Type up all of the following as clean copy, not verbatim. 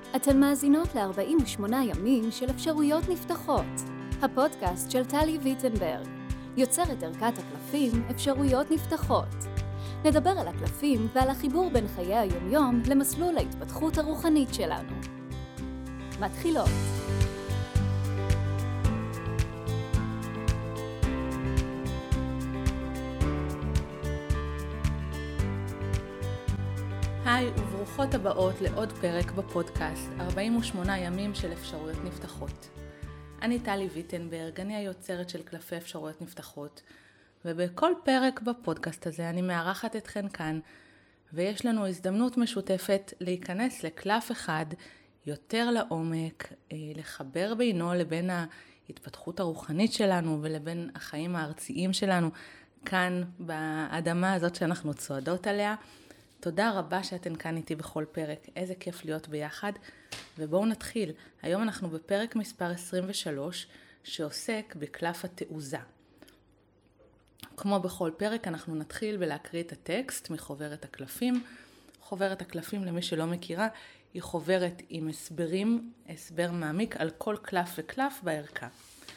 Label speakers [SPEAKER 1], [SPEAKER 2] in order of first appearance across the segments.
[SPEAKER 1] אתן מאזינות ל-48 ימים של אפשרויות נפתחות, הפודקאסט של טלי ויטנברג, יוצרת ערכת הקלפים אפשרויות נפתחות. נדבר על הקלפים ועל החיבור בין חיי היומיום למסלול ההתפתחות הרוחנית שלנו. מתחילות.
[SPEAKER 2] היי וברוכות הבאות לעוד פרק בפודקאסט 48 ימים של אפשרויות נפתחות. אני טלי ויטנברג, אני היוצרת של קלפי אפשרויות נפתחות, ובכל פרק בפודקאסט הזה אני מארחת אתכן כאן, ויש לנו הזדמנות משותפת להיכנס לקלף אחד יותר לעומק, לחבר בינו לבין ההתפתחות הרוחנית שלנו ולבין החיים הארציים שלנו כאן באדמה הזאת שאנחנו צועדות עליה. תודה רבה שאתן כאן איתי בכל פרק, איזה כיף להיות ביחד, ובואו נתחיל. היום אנחנו בפרק מספר 23 שעוסק בקלף התעוזה. כמו בכל פרק אנחנו נתחיל בלהקריא את הטקסט מחוברת הקלפים. חוברת הקלפים, למי שלא מכירה, היא חוברת עם הסבר מעמיק על כל קלף וקלף בערכה.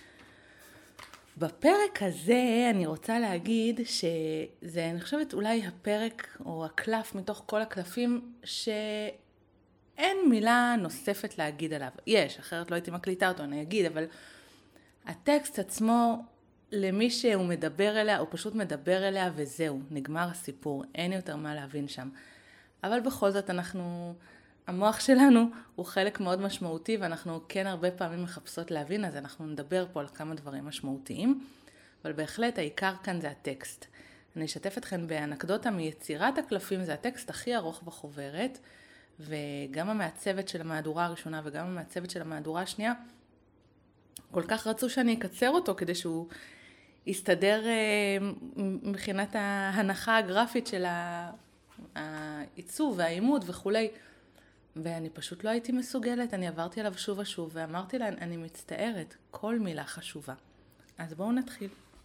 [SPEAKER 2] בפרק הזה אני רוצה להגיד שזה, אני חושבת, אולי הפרק או הקלף מתוך כל הקלפים שאין מילה נוספת להגיד עליו. יש, אחרת לא הייתי מקליטה אותו, אני אגיד, אבל הטקסט עצמו, למי שהוא מדבר אליה, הוא פשוט מדבר אליה וזהו, נגמר הסיפור, אין יותר מה להבין שם. אבל בכל זאת המוח שלנו הוא חלק מאוד משמעותי, ואנחנו כן הרבה פעמים מחפשות להבין, אז אנחנו נדבר פה על כמה דברים משמעותיים, אבל בהחלט העיקר כאן זה הטקסט. אני אשתף אתכם באנקדוטה מיצירת הקלפים, זה הטקסט הכי ארוך בחוברת, וגם המעצבת של המהדורה הראשונה וגם המעצבת של המהדורה השנייה, כל כך רצו שאני אקצר אותו כדי שהוא יסתדר מבחינת ההנחה הגרפית של העיצוב והעימוד וכולי. ואני פשוט לא הייתי מסוגלת, אני עברתי עליו שוב ושוב, ואמרתי לה, אני מצטערת, כל מילה חשובה. אז בואו נתחיל.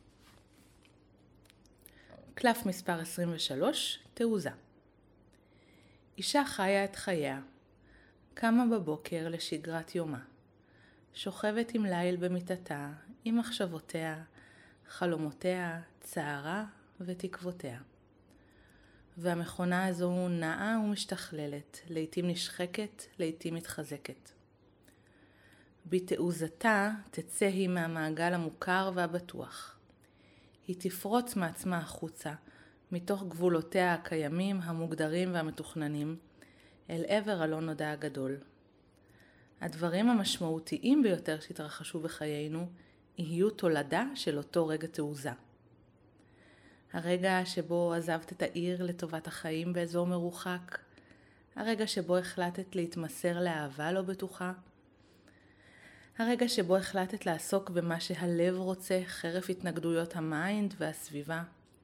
[SPEAKER 2] קלף מספר 23, תעוזה. אישה חיה את חייה, קמה בבוקר לשגרת יומה, שוכבת עם ליל במיטתה, עם מחשבותיה, חלומותיה, צערה ותקוותיה. והמכונה הזו נעה ומשתכללת, לעתים נשחקת, לעתים מתחזקת. בתעוזתה תצא היא מהמעגל המוכר והבטוח. היא תפרוץ מעצמה החוצה, מתוך גבולותיה הקיימים, המוגדרים והמתוכננים, אל עבר הלא נודע הגדול. הדברים המשמעותיים ביותר שהתרחשו בחיינו, יהיו תולדה של אותו רגע תעוזה. הרגע שבו עזבת את העיר לטובת החיים באזור מרוחק, הרגע שבו החלטת להתמסר לאהבה לא בטוחה, הרגע שבו החלטת לעסוק במה שהלב רוצה חרף התנגדויות המיינד והסביבה,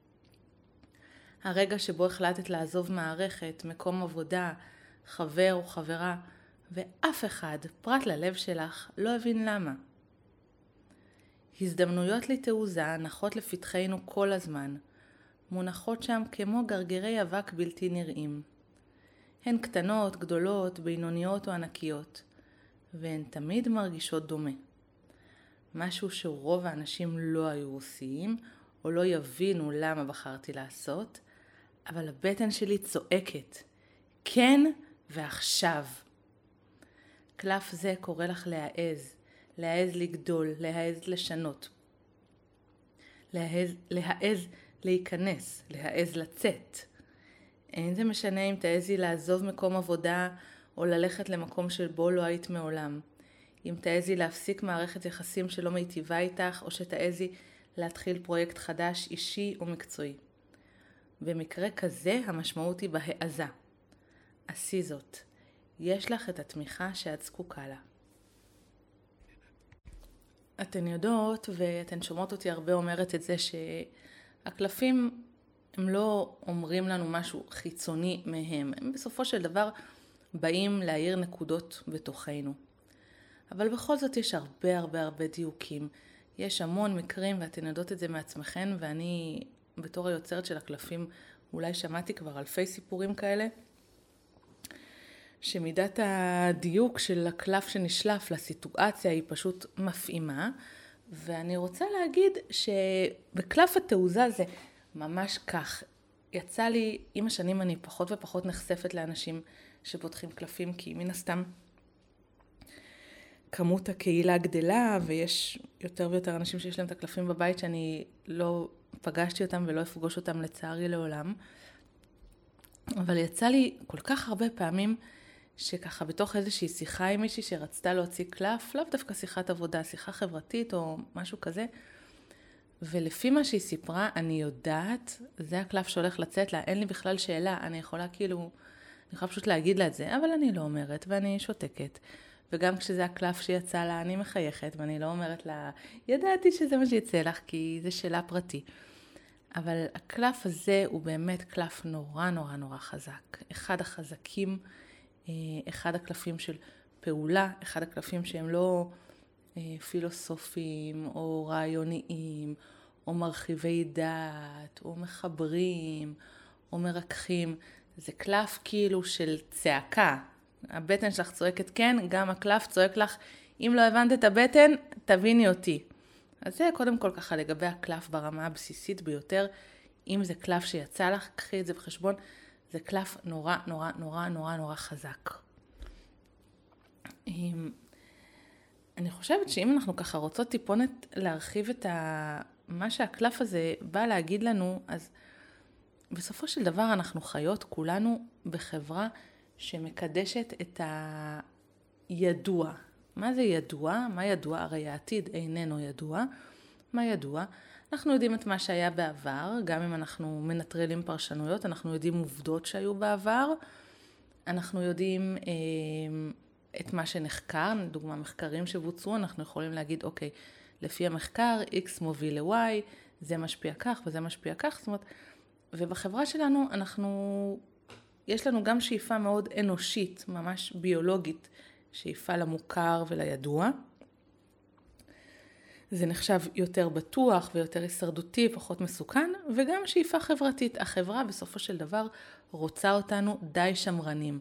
[SPEAKER 2] הרגע שבו החלטת לעזוב מערכת, מקום עבודה, חבר או חברה, ואף אחד, פרט ללב שלך, לא הבין למה. הזדמנויות לתעוזה נחות לפתחנו כל הזמן, מונחות שם כמו גרגירי אבק בלתי נראים. הן קטנות, גדולות, בינוניות או ענקיות, והן תמיד מרגישות דומה. משהו שרוב האנשים לא היו עושים, או לא יבינו למה בחרתי לעשות, אבל הבטן שלי צועקת, כן ועכשיו. קלף זה קורא לך להעז לגדול, להעז לשנות, להעז להיכנס, להעז לצאת. אין זה משנה אם תעזי לעזוב מקום עבודה או ללכת למקום שבו לא היית מעולם. אם תעזי להפסיק מערכת יחסים שלא מיטיבה איתך, או שתעזי להתחיל פרויקט חדש, אישי או מקצועי. במקרה כזה המשמעות היא בהעזה. עשי זאת. יש לך את התמיכה שאת זקוקה לה. אתן יודעות ואתן שומעות אותי הרבה אומרת את זה שהקלפים הם לא אומרים לנו משהו חיצוני מהם. הם בסופו של דבר באים להאיר נקודות בתוכנו. אבל בכל זאת יש הרבה דיוקים. יש המון מקרים ואתן יודעות את זה מעצמכן, ואני בתור היוצרת של הקלפים אולי שמעתי כבר אלפי סיפורים כאלה, שמידת הדיוק של הקלף שנשלף לסיטואציה היא פשוט מפעימה, ואני רוצה להגיד שבקלף התעוזה זה ממש כך. יצא לי, עם השנים אני פחות ופחות נחשפת לאנשים שפותחים קלפים, כי מן הסתם כמות הקהילה גדלה, ויש יותר ויותר אנשים שיש להם את הקלפים בבית שאני לא פגשתי אותם ולא אפגוש אותם לצערי לעולם. אבל יצא לי כל כך הרבה פעמים שככה בתוך איזושהי שיחה עם מישהי שרצתה להוציא קלף, לאו דווקא שיחת עבודה, שיחה חברתית או משהו כזה, ולפי מה שהיא סיפרה, אני יודעת, זה הקלף שהולך לצאת לה, אין לי בכלל שאלה, אני יכולה פשוט להגיד לה את זה, אבל אני לא אומרת ואני שותקת. וגם כשזה הקלף שיצא לה, אני מחייכת ואני לא אומרת לה, ידעתי שזה מה שיצא לך, כי זה שאלה פרטי. אבל הקלף הזה הוא באמת קלף נורא נורא נורא חזק. אחד החזקים, אחד הקלפים של פעולה, אחד הקלפים שהם לא פילוסופיים או רעיוניים, או מרחיבי דעת, או מחברים, או מרככים. זה קלף כאילו של צעקה. הבטן שלך צועקת כן, גם הקלף צועק לך, אם לא הבנת את הבטן, תביני אותי. אז זה קודם כל ככה לגבי הקלף ברמה הבסיסית ביותר. אם זה קלף שיצא לך, קחי את זה בחשבון. זה קלף נורא נורא נורא נורא נורא חזק. אני חושבת שאם אנחנו ככה רוצות טיפונת להרחיב את מה שהקלף הזה בא להגיד לנו, אז בסופו של דבר אנחנו חיות כולנו בחברה שמקדשת את הידוע. מה זה ידוע? מה ידוע? הרי העתיד איננו ידוע. מה ידוע? אנחנו יודעים את מה שהיה בעבר, גם אם אנחנו מנטרלים פרשנויות, אנחנו יודעים עובדות שהיו בעבר, אנחנו יודעים את מה שנחקר, לדוגמה מחקרים שבוצעו, אנחנו יכולים להגיד, אוקיי, לפי המחקר, X מוביל ל-Y, זה משפיע כך וזה משפיע כך, זאת אומרת, ובחברה שלנו יש לנו גם שאיפה מאוד אנושית, ממש ביולוגית, שאיפה למוכר ולידוע. זה נחשב יותר בטוח ויותר הישרדותי, פחות מסוכן, וגם שאיפה חברתית. החברה בסופו של דבר רוצה אותנו די שמרנים.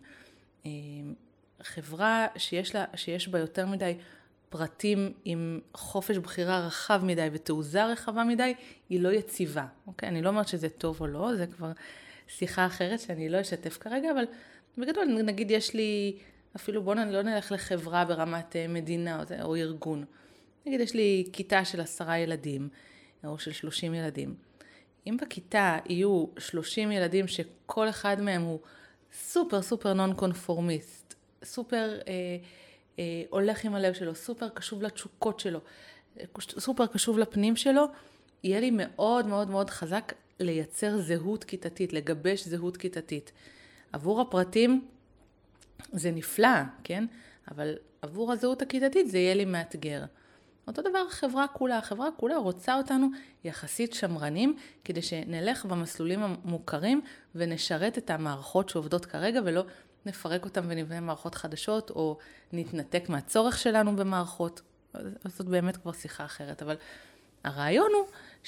[SPEAKER 2] חברה שיש בה יותר מדי פרטים עם חופש בחירה רחב מדי ותעוזה רחבה מדי, היא לא יציבה. אוקיי? אני לא אומרת שזה טוב או לא, זה כבר שיחה אחרת שאני לא אשתף כרגע, אבל בגדול נגיד יש לי, אפילו בואו לא נלך לחברה ברמת מדינה או ארגון. נגיד יש לי כיתה של 10 ילדים או של 30 ילדים. אם בכיתה יהיו 30 ילדים שכל אחד מהם הוא סופר סופר נון קונפורמיסט, סופר הולך עם הלב שלו, סופר קשוב לתשוקות שלו, סופר קשוב לפנים שלו, יהיה לי מאוד מאוד מאוד חזק לייצר זהות כיתתית, לגבש זהות כיתתית. עבור הפרטים זה נפלא, כן? אבל עבור הזהות הכיתתית זה יהיה לי מאתגר. אותו דבר החברה כולה רוצה אותנו יחסית שמרנים, כדי שנלך במסלולים המוכרים ונשרת את המערכות שעובדות כרגע, ולא נפרק אותם ונבנה מערכות חדשות, או נתנתק מהצורך שלנו במערכות. זאת באמת כבר שיחה אחרת, אבל הרעיון הוא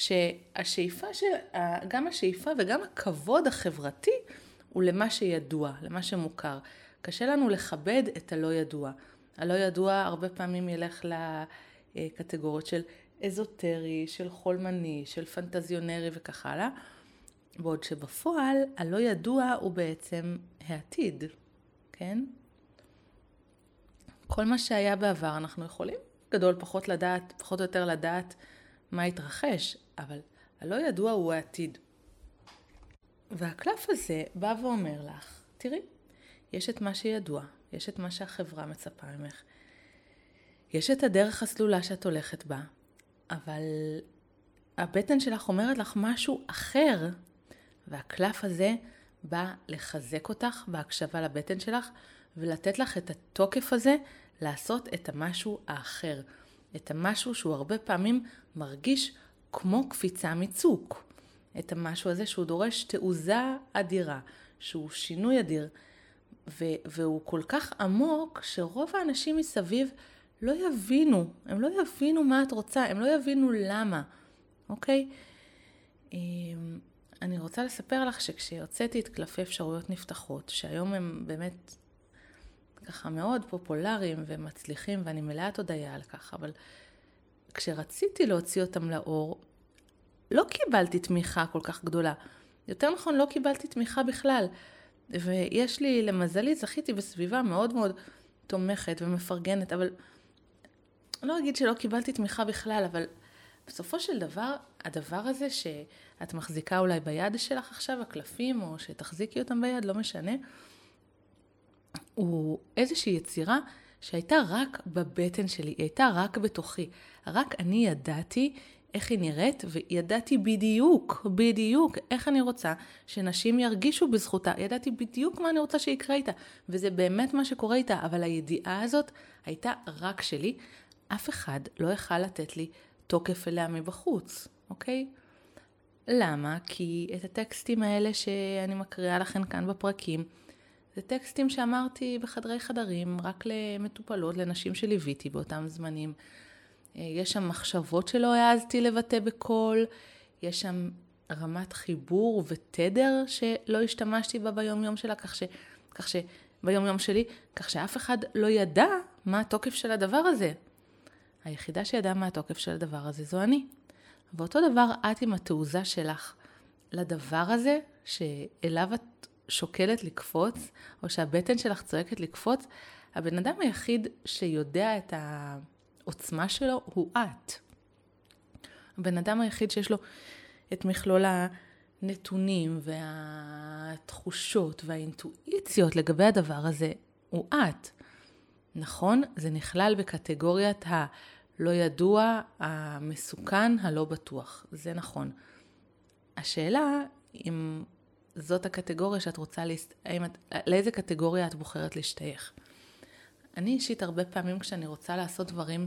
[SPEAKER 2] גם השאיפה וגם הכבוד החברתי הוא למה שידוע, למה שמוכר. קשה לנו לכבד את הלא ידוע. הלא ידוע הרבה פעמים ילך לקטגוריות של אזוטרי, של חולמני, של פנטזיונרי וכך הלאה. בעוד שבפועל הלא ידוע הוא בעצם העתיד, כן? כל מה שהיה בעבר אנחנו יכולים גדול פחות או יותר לדעת מה יתרחש, אבל הלא ידוע הוא העתיד. והקלף הזה בא ואומר לך, תראי, יש את מה שידוע, יש את מה שהחברה מצפה ממך, יש את הדרך הסלולה שאת הולכת בה, אבל הבטן שלך אומרת לך משהו אחר, והקלף הזה בא לחזק אותך בהקשבה לבטן שלך, ולתת לך את התוקף הזה לעשות את המשהו האחר, את המשהו שהוא הרבה פעמים מרגיש כמו קפיצה מצוק, את המשהו הזה שהוא דורש תעוזה אדירה, שהוא שינוי אדיר, והוא כל כך עמוק שרוב האנשים מסביב לא יבינו, הם לא יבינו מה את רוצה, הם לא יבינו למה, אוקיי? אני רוצה לספר לך שכשיוצאתי את קלפי אפשרויות נפתחות, שהיום הם באמת ככה מאוד פופולריים ומצליחים, ואני מלאת הודיה על כך, אבל כשרציתי להוציא אותם לאור, לא קיבלתי תמיכה כל כך גדולה. יותר נכון, לא קיבלתי תמיכה בכלל. ויש לי, למזלי, זכיתי בסביבה מאוד מאוד תומכת ומפרגנת, אבל אני לא אגיד שלא קיבלתי תמיכה בכלל, אבל בסופו של דבר, הדבר הזה שאת מחזיקה אולי ביד שלך עכשיו, הקלפים, או שתחזיקי אותם ביד, לא משנה, הוא איזושהי יצירה שהייתה רק בבטן שלי, היא הייתה רק רק אני ידעתי איך היא נראית, וידעתי בדיוק איך אני רוצה שנשים ירגישו בזכותה. ידעתי בדיוק מה אני רוצה שיקרה איתה, וזה באמת מה שקורה איתה, אבל הידיעה הזאת הייתה רק שלי. אף אחד לא יכל לתת לי תוקף אליה מבחוץ, אוקיי? למה? כי את הטקסטים האלה שאני מקריאה לכם כאן בפרקים, זה טקסטים שאמרתי בחדרי חדרים, רק למטופלות, לנשים שליוויתי באותם זמנים. יש שם מחשבות שלא העזתי לבטא בקול, יש שם רמת חיבור ותדר שלא השתמשתי בה ביום יום שלה, ביום יום שלי, כך שאף אחד לא ידע מה התוקף של הדבר הזה. היחידה שידעה מה התוקף של הדבר הזה זו אני. ואותו דבר את עם התעוזה שלך לדבר הזה שאליו את שוקלת לקפוץ, או שהבטן שלך צועקת לקפוץ, הבן אדם היחיד שיודע את העוצמה שלו הוא את. הבן אדם היחיד שיש לו את מכלול הנתונים והתחושות והאינטואיציות לגבי הדבר הזה הוא את. נכון? זה נכלל בקטגוריית הלא ידוע, המסוכן, הלא בטוח. זה נכון. השאלה אם זאת הקטגוריה שאת רוצה, לאיזה קטגוריה את בוחרת להשתייך. אני אישית הרבה פעמים כשאני רוצה לעשות דברים,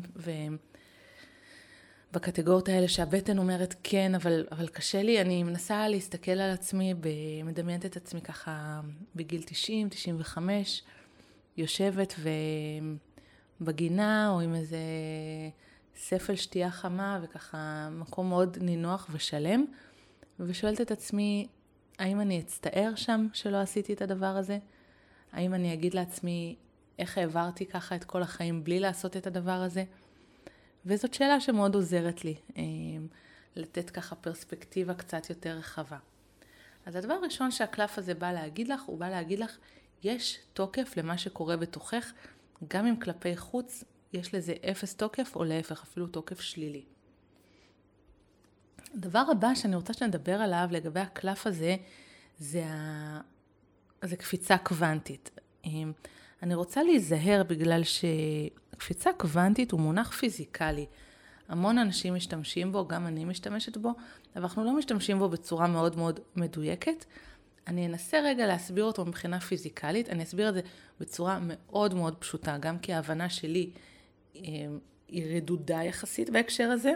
[SPEAKER 2] ובקטגוריות האלה שהבטן אומרת כן, אבל קשה לי, אני מנסה להסתכל על עצמי, מדמיינת את עצמי ככה בגיל 90, 95, יושבת בגינה או עם איזה ספל שתייה חמה, וככה מקום מאוד נינוח ושלם, ושואלת את עצמי, האם אני אצטער שם שלא עשיתי את הדבר הזה? האם אני אגיד לעצמי איך העברתי ככה את כל החיים בלי לעשות את הדבר הזה? וזאת שאלה שמאוד עוזרת לי, לתת ככה פרספקטיבה קצת יותר רחבה. אז הדבר הראשון שהקלף הזה בא להגיד לך, הוא בא להגיד לך, יש תוקף למה שקורה בתוכך, גם אם כלפי חוץ יש לזה אפס תוקף, או להפך, אפילו תוקף שלילי. הדבר הבא שאני רוצה שנדבר עליו לגבי הקלף הזה, זה קפיצה קוונטית. אני רוצה להיזהר בגלל שקפיצה קוונטית הוא מונח פיזיקלי. המון אנשים משתמשים בו, גם אני משתמשת בו, אבל אנחנו לא משתמשים בו בצורה מאוד מאוד מדויקת. אני אנסה רגע להסביר אותו מבחינה פיזיקלית, אני אסביר את זה בצורה מאוד מאוד פשוטה, גם כי ההבנה שלי היא רדודה יחסית בהקשר הזה.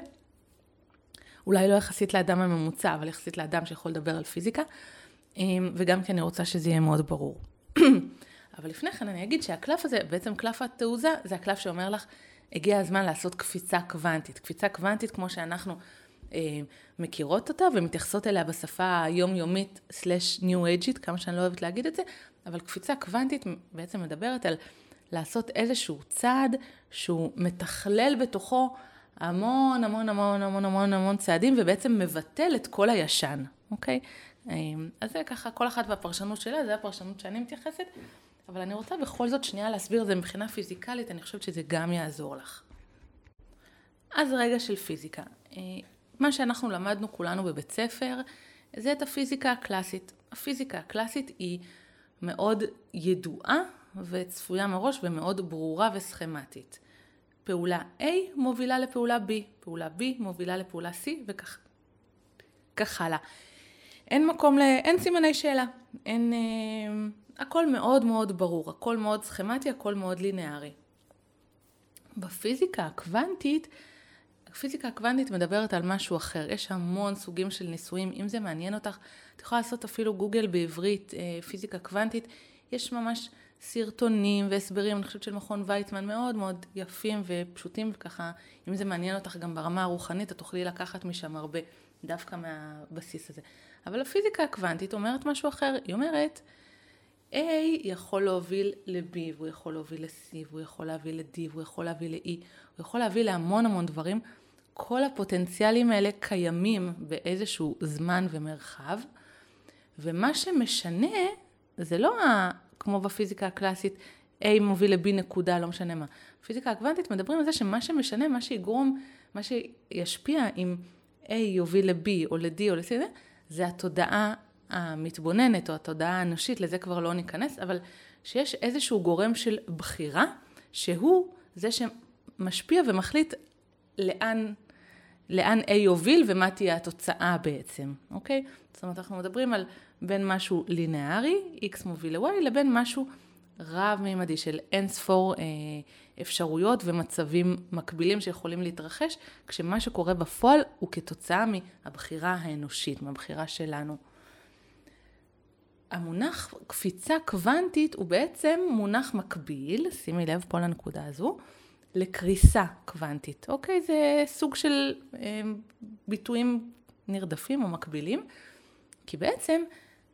[SPEAKER 2] אולי לא יחסית לאדם הממוצע, אבל יחסית לאדם שיכול לדבר על פיזיקה, וגם כי אני רוצה שזה יהיה מאוד ברור. אבל לפני כן אני אגיד שהקלף הזה, בעצם קלף התעוזה, זה הקלף שאומר לך, הגיע הזמן לעשות קפיצה קוונטית. קפיצה קוונטית כמו שאנחנו מכירות אותה ומתייחסות אליה בשפה היומיומית /new ageית, כמה שאני לא אוהבת להגיד את זה, אבל קפיצה קוונטית בעצם מדברת על לעשות איזשהו צעד שהוא מתכלל בתוכו המון המון המון המון המון המון צעדים, ובעצם מבטל את כל הישן, אוקיי? אז זה ככה, כל אחת והפרשנות שלה, זה הפרשנות שאני מתייחסת, אבל אני רוצה בכל זאת שנייה להסביר את זה מבחינה פיזיקלית, אני חושבת שזה גם יעזור לך. אז רגע של פיזיקה. מה שאנחנו למדנו כולנו בבית ספר, זה את הפיזיקה הקלאסית. הפיזיקה הקלאסית היא מאוד ידועה וצפויה מראש ומאוד ברורה וסכמטית. פעולה A מובילה לפעולה B, פעולה B מובילה לפעולה C וכך הלאה. אין סימני שאלה, הכל מאוד מאוד ברור, הכל מאוד סכמטי, הכל מאוד לינארי. בפיזיקה הקוונטית, הפיזיקה הקוונטית מדברת על משהו אחר, יש המון סוגים של ניסויים, אם זה מעניין אותך, את יכולה לעשות אפילו גוגל בעברית, פיזיקה קוונטית, יש ממש סרטונים והסברים, אני חושבת של מכון ויצמן, מאוד מאוד יפים ופשוטים, וככה, אם זה מעניין אותך גם ברמה הרוחנית, את תוכלי לקחת משם הרבה, דווקא מהבסיס הזה. אבל הפיזיקה הקוונטית אומרת משהו אחר, היא אומרת, A יכול להוביל ל-B, והוא יכול להוביל ל-C, והוא יכול להביא ל-D, והוא יכול להביא ל-E, הוא יכול להביא להמון המון דברים. כל הפוטנציאלים האלה קיימים באיזשהו זמן ומרחב, ומה שמשנה זה לא כמו בפיזיקה הקלאסית, A מוביל ל-B נקודה, לא משנה מה. בפיזיקה הקוונטית מדברים על זה שמה שמשנה, מה שיגרום, מה שישפיע אם A יוביל ל-B או ל-D או ל-C, זה התודעה המתבוננת או התודעה האנושית, לזה כבר לא ניכנס, אבל שיש איזשהו גורם של בחירה, שהוא זה שמשפיע ומחליט לאן A יוביל ומה תהיה התוצאה בעצם, אוקיי? זאת אומרת, אנחנו מדברים על בין משהו לינארי, X מוביל ל-Y, לבין משהו רב-מימדי של אין ספור אפשרויות ומצבים מקבילים שיכולים להתרחש, כשמה שקורה בפועל הוא כתוצאה מהבחירה האנושית, מהבחירה שלנו. המונח קפיצה קוונטית הוא בעצם מונח מקביל, שימי לב פה לנקודה הזו, לקריסה קוונטית. אוקיי, זה סוג של ביטויים נרדפים או מקבילים, כי בעצם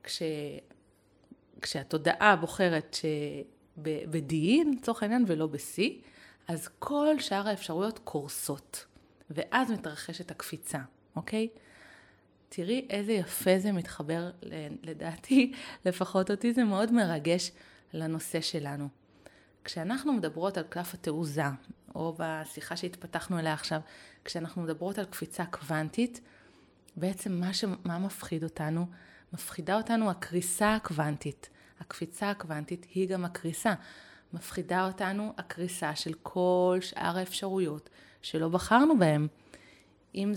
[SPEAKER 2] כשהתודעה בוחרת ב-D, לצורך העניין, ולא ב-C, אז כל שאר האפשרויות קורסות, ואז מתרחשת הקפיצה, אוקיי? תראי איזה יפה זה מתחבר, לדעתי, לפחות אותי זה מאוד מרגש לנושא שלנו. כשאנחנו מדברות על קלף התעוזה, או בשיחה שהתפתחנו אליה עכשיו, כשאנחנו מדברות על קפיצה קוונטית, בעצם מה מפחיד אותנו? מפחידה אותנו הקריסה הקוונטית. הקפיצה הקוונטית היא גם הקריסה. מפחידה אותנו הקריסה של כל שאר האפשרויות שלא בחרנו בהם. אם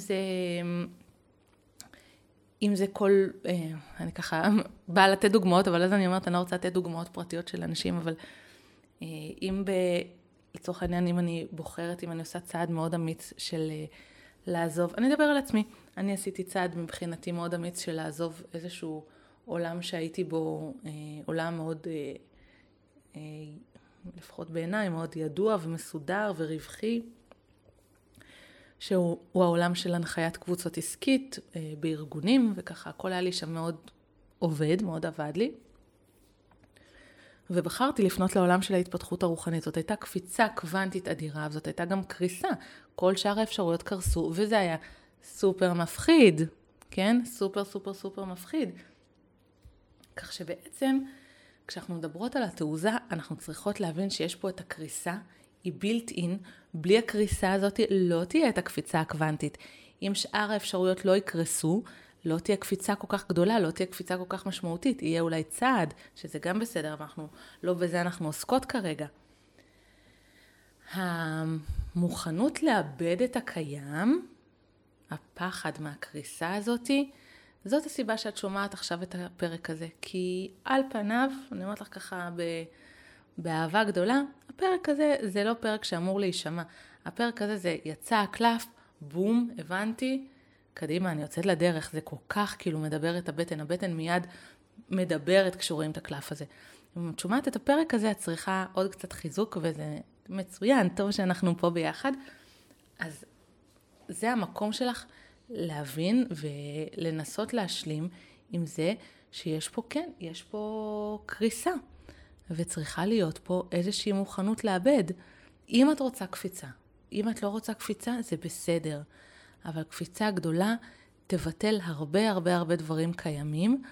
[SPEAKER 2] זה כל, אני ככה באה לתת דוגמאות, אבל אז אני אומרת, אני לא רוצה לתת דוגמאות פרטיות של אנשים, אבל אם לצורך העניין, אם אני בוחרת, אם אני עושה צעד מאוד אמיץ של לעזוב, אני אדבר על עצמי, אני עשיתי צעד מבחינתי מאוד אמיץ של לעזוב איזשהו עולם שהייתי בו, עולם מאוד, לפחות בעיניי, מאוד ידוע ומסודר ורווחי, שהוא העולם של הנחיית קבוצות עסקית בארגונים, וככה הכל היה לי שם מאוד עובד, מאוד עבד לי. ובחרתי לפנות לעולם של ההתפתחות הרוחנית. זאת הייתה קפיצה קוונטית אדירה, וזאת הייתה גם קריסה. כל שאר האפשרויות קרסו, וזה היה סופר מפחיד, כן? סופר סופר סופר מפחיד. כך שבעצם, כשאנחנו מדברות על התעוזה, אנחנו צריכות להבין שיש פה את הקריסה, היא built in, בלי הקריסה הזאת לא תהיה את הקפיצה הקוונטית. אם שאר האפשרויות לא יקרסו, לא תהיה קפיצה כל כך גדולה, לא תהיה קפיצה כל כך משמעותית, יהיה אולי צעד, שזה גם בסדר, אבל לא בזה אנחנו עוסקות כרגע. המוכנות לאבד את הקיים, הפחד מהקריסה הזאת, זאת הסיבה שאת שומעת עכשיו את הפרק הזה, כי על פניו, אני אומרת לך ככה באהבה גדולה, הפרק הזה זה לא פרק שאמור להישמע. הפרק הזה זה יצא הקלף, בום, הבנתי, קדימה, אני יוצאת לדרך, זה כל כך כאילו מדבר את הבטן, הבטן מיד מדברת כשרואים את הקלף הזה. אם את שומעת את הפרק הזה, את צריכה עוד קצת חיזוק, וזה מצוין, טוב שאנחנו פה ביחד. אז זה המקום שלך להבין ולנסות להשלים עם זה שיש פה, כן, יש פה קריסה. וצריכה להיות פה איזושהי מוכנות לאבד. אם את רוצה קפיצה, אם את לא רוצה קפיצה, זה בסדר. אבל קפיצה גדולה תבטל הרבה הרבה הרבה דברים קיימים,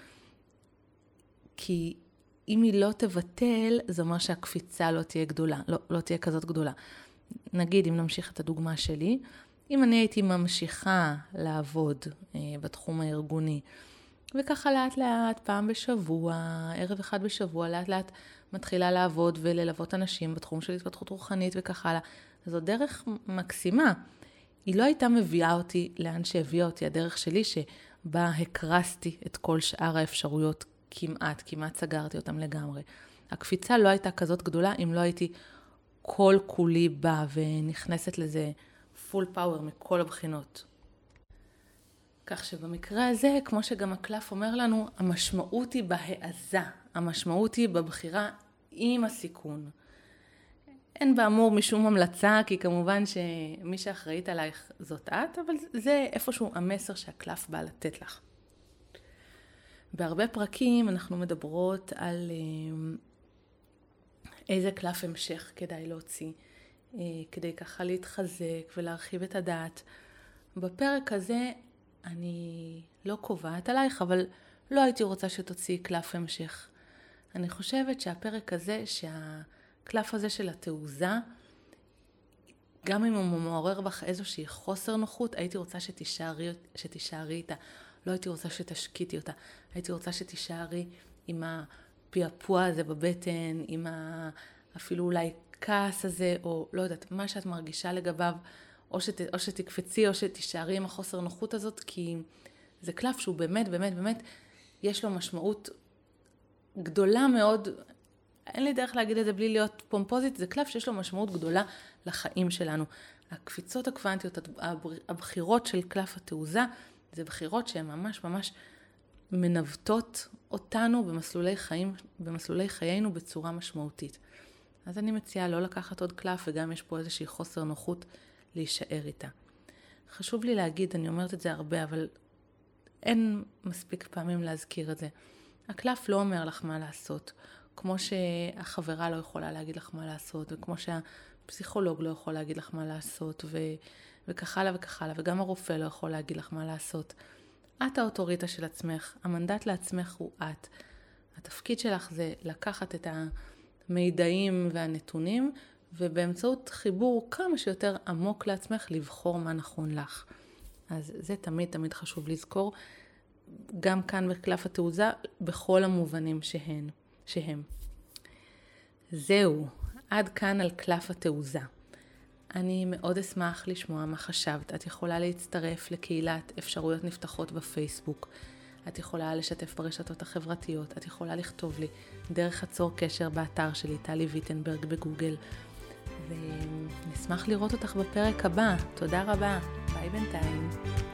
[SPEAKER 2] כי אם היא לא תבטל, זה אומר שהקפיצה לא תהיה גדולה, לא תהיה כזאת גדולה. נגיד, אם נמשיך את הדוגמה שלי, אם אני הייתי ממשיכה לעבוד בתחום הארגוני, וככה לאט לאט, פעם בשבוע, ערב אחד בשבוע, לאט לאט מתחילה לעבוד וללוות אנשים בתחום של התפתחות רוחנית וככה הלאה. זו דרך מקסימה. היא לא הייתה מביאה אותי לאן שהביאה אותי, הדרך שלי שבה הקרסתי את כל שאר האפשרויות כמעט סגרתי אותם לגמרי. הקפיצה לא הייתה כזאת גדולה אם לא הייתי כל כולי בה ונכנסת לזה פול פאוור מכל הבחינות. כך שבמקרה הזה, כמו שגם הקלף אומר לנו, המשמעות היא בהעזה, המשמעות היא בבחירה עם הסיכון. אין באמור משום המלצה, כי כמובן שמי שאחראית עלייך זאת את, אבל זה איפשהו המסר שהקלף בא לתת לך. בהרבה פרקים אנחנו מדברות על איזה קלף המשך כדאי להוציא, כדי ככה להתחזק ולהרחיב את הדעת. בפרק הזה אני לא קובעת עלייך, אבל לא הייתי רוצה שתוציאי קלף המשך. אני חושבת שהפרק הזה, שהקלף הזה של התעוזה, גם אם הוא מעורר בך איזושהי חוסר נוחות, הייתי רוצה שתישארי איתה. לא הייתי רוצה שתשקיטי אותה. הייתי רוצה שתישארי עם הפיאפוע הזה בבטן, עם אפילו אולי כעס הזה, או לא יודעת, מה שאת מרגישה לגביו, או שתקפצי, או שתישארי עם החוסר נוחות הזאת, כי זה קלף שהוא באמת, באמת, באמת, יש לו משמעות גדולה מאוד, אין לי דרך להגיד את זה בלי להיות פומפוזית, זה קלף שיש לו משמעות גדולה לחיים שלנו. הקפיצות הקוונטיות, הבחירות של קלף התעוזה, זה בחירות שהן ממש ממש מנווטות אותנו במסלולי חיינו בצורה משמעותית. אז אני מציעה לא לקחת עוד קלף, וגם יש פה איזושהי חוסר נוחות להישאר איתה. חשוב לי להגיד, אני אומרת את זה הרבה, אבל אין מספיק פעמים להזכיר את זה. הקלף לא אומר לך מה לעשות, כמו שהחברה לא יכולה להגיד לך מה לעשות, וכמו שהפסיכולוג לא יכול להגיד לך מה לעשות, וכך הלאה וכך הלאה, וגם הרופא לא יכול להגיד לך מה לעשות. את האוטוריטה של עצמך, המנדט לעצמך הוא את. התפקיד שלך זה לקחת את המידעים והנתונים, ובאמצעות חיבור כמה שיותר עמוק לעצמך, לבחור מה נכון לך. אז זה תמיד תמיד חשוב לזכור, גם כאן בקלף התעוזה, בכל המובנים שהם. זהו, עד כאן על קלף התעוזה. אני מאוד אשמח לשמוע מה חשבת. את יכולה להצטרף לקהילת אפשרויות נפתחות בפייסבוק. את יכולה לשתף ברשתות החברתיות. את יכולה לכתוב לי דרך הצור קשר באתר שלי, טלי ויטנברג בגוגל. ונשמח לראות אותך בפרק הבא. תודה רבה. ביי בינתיים.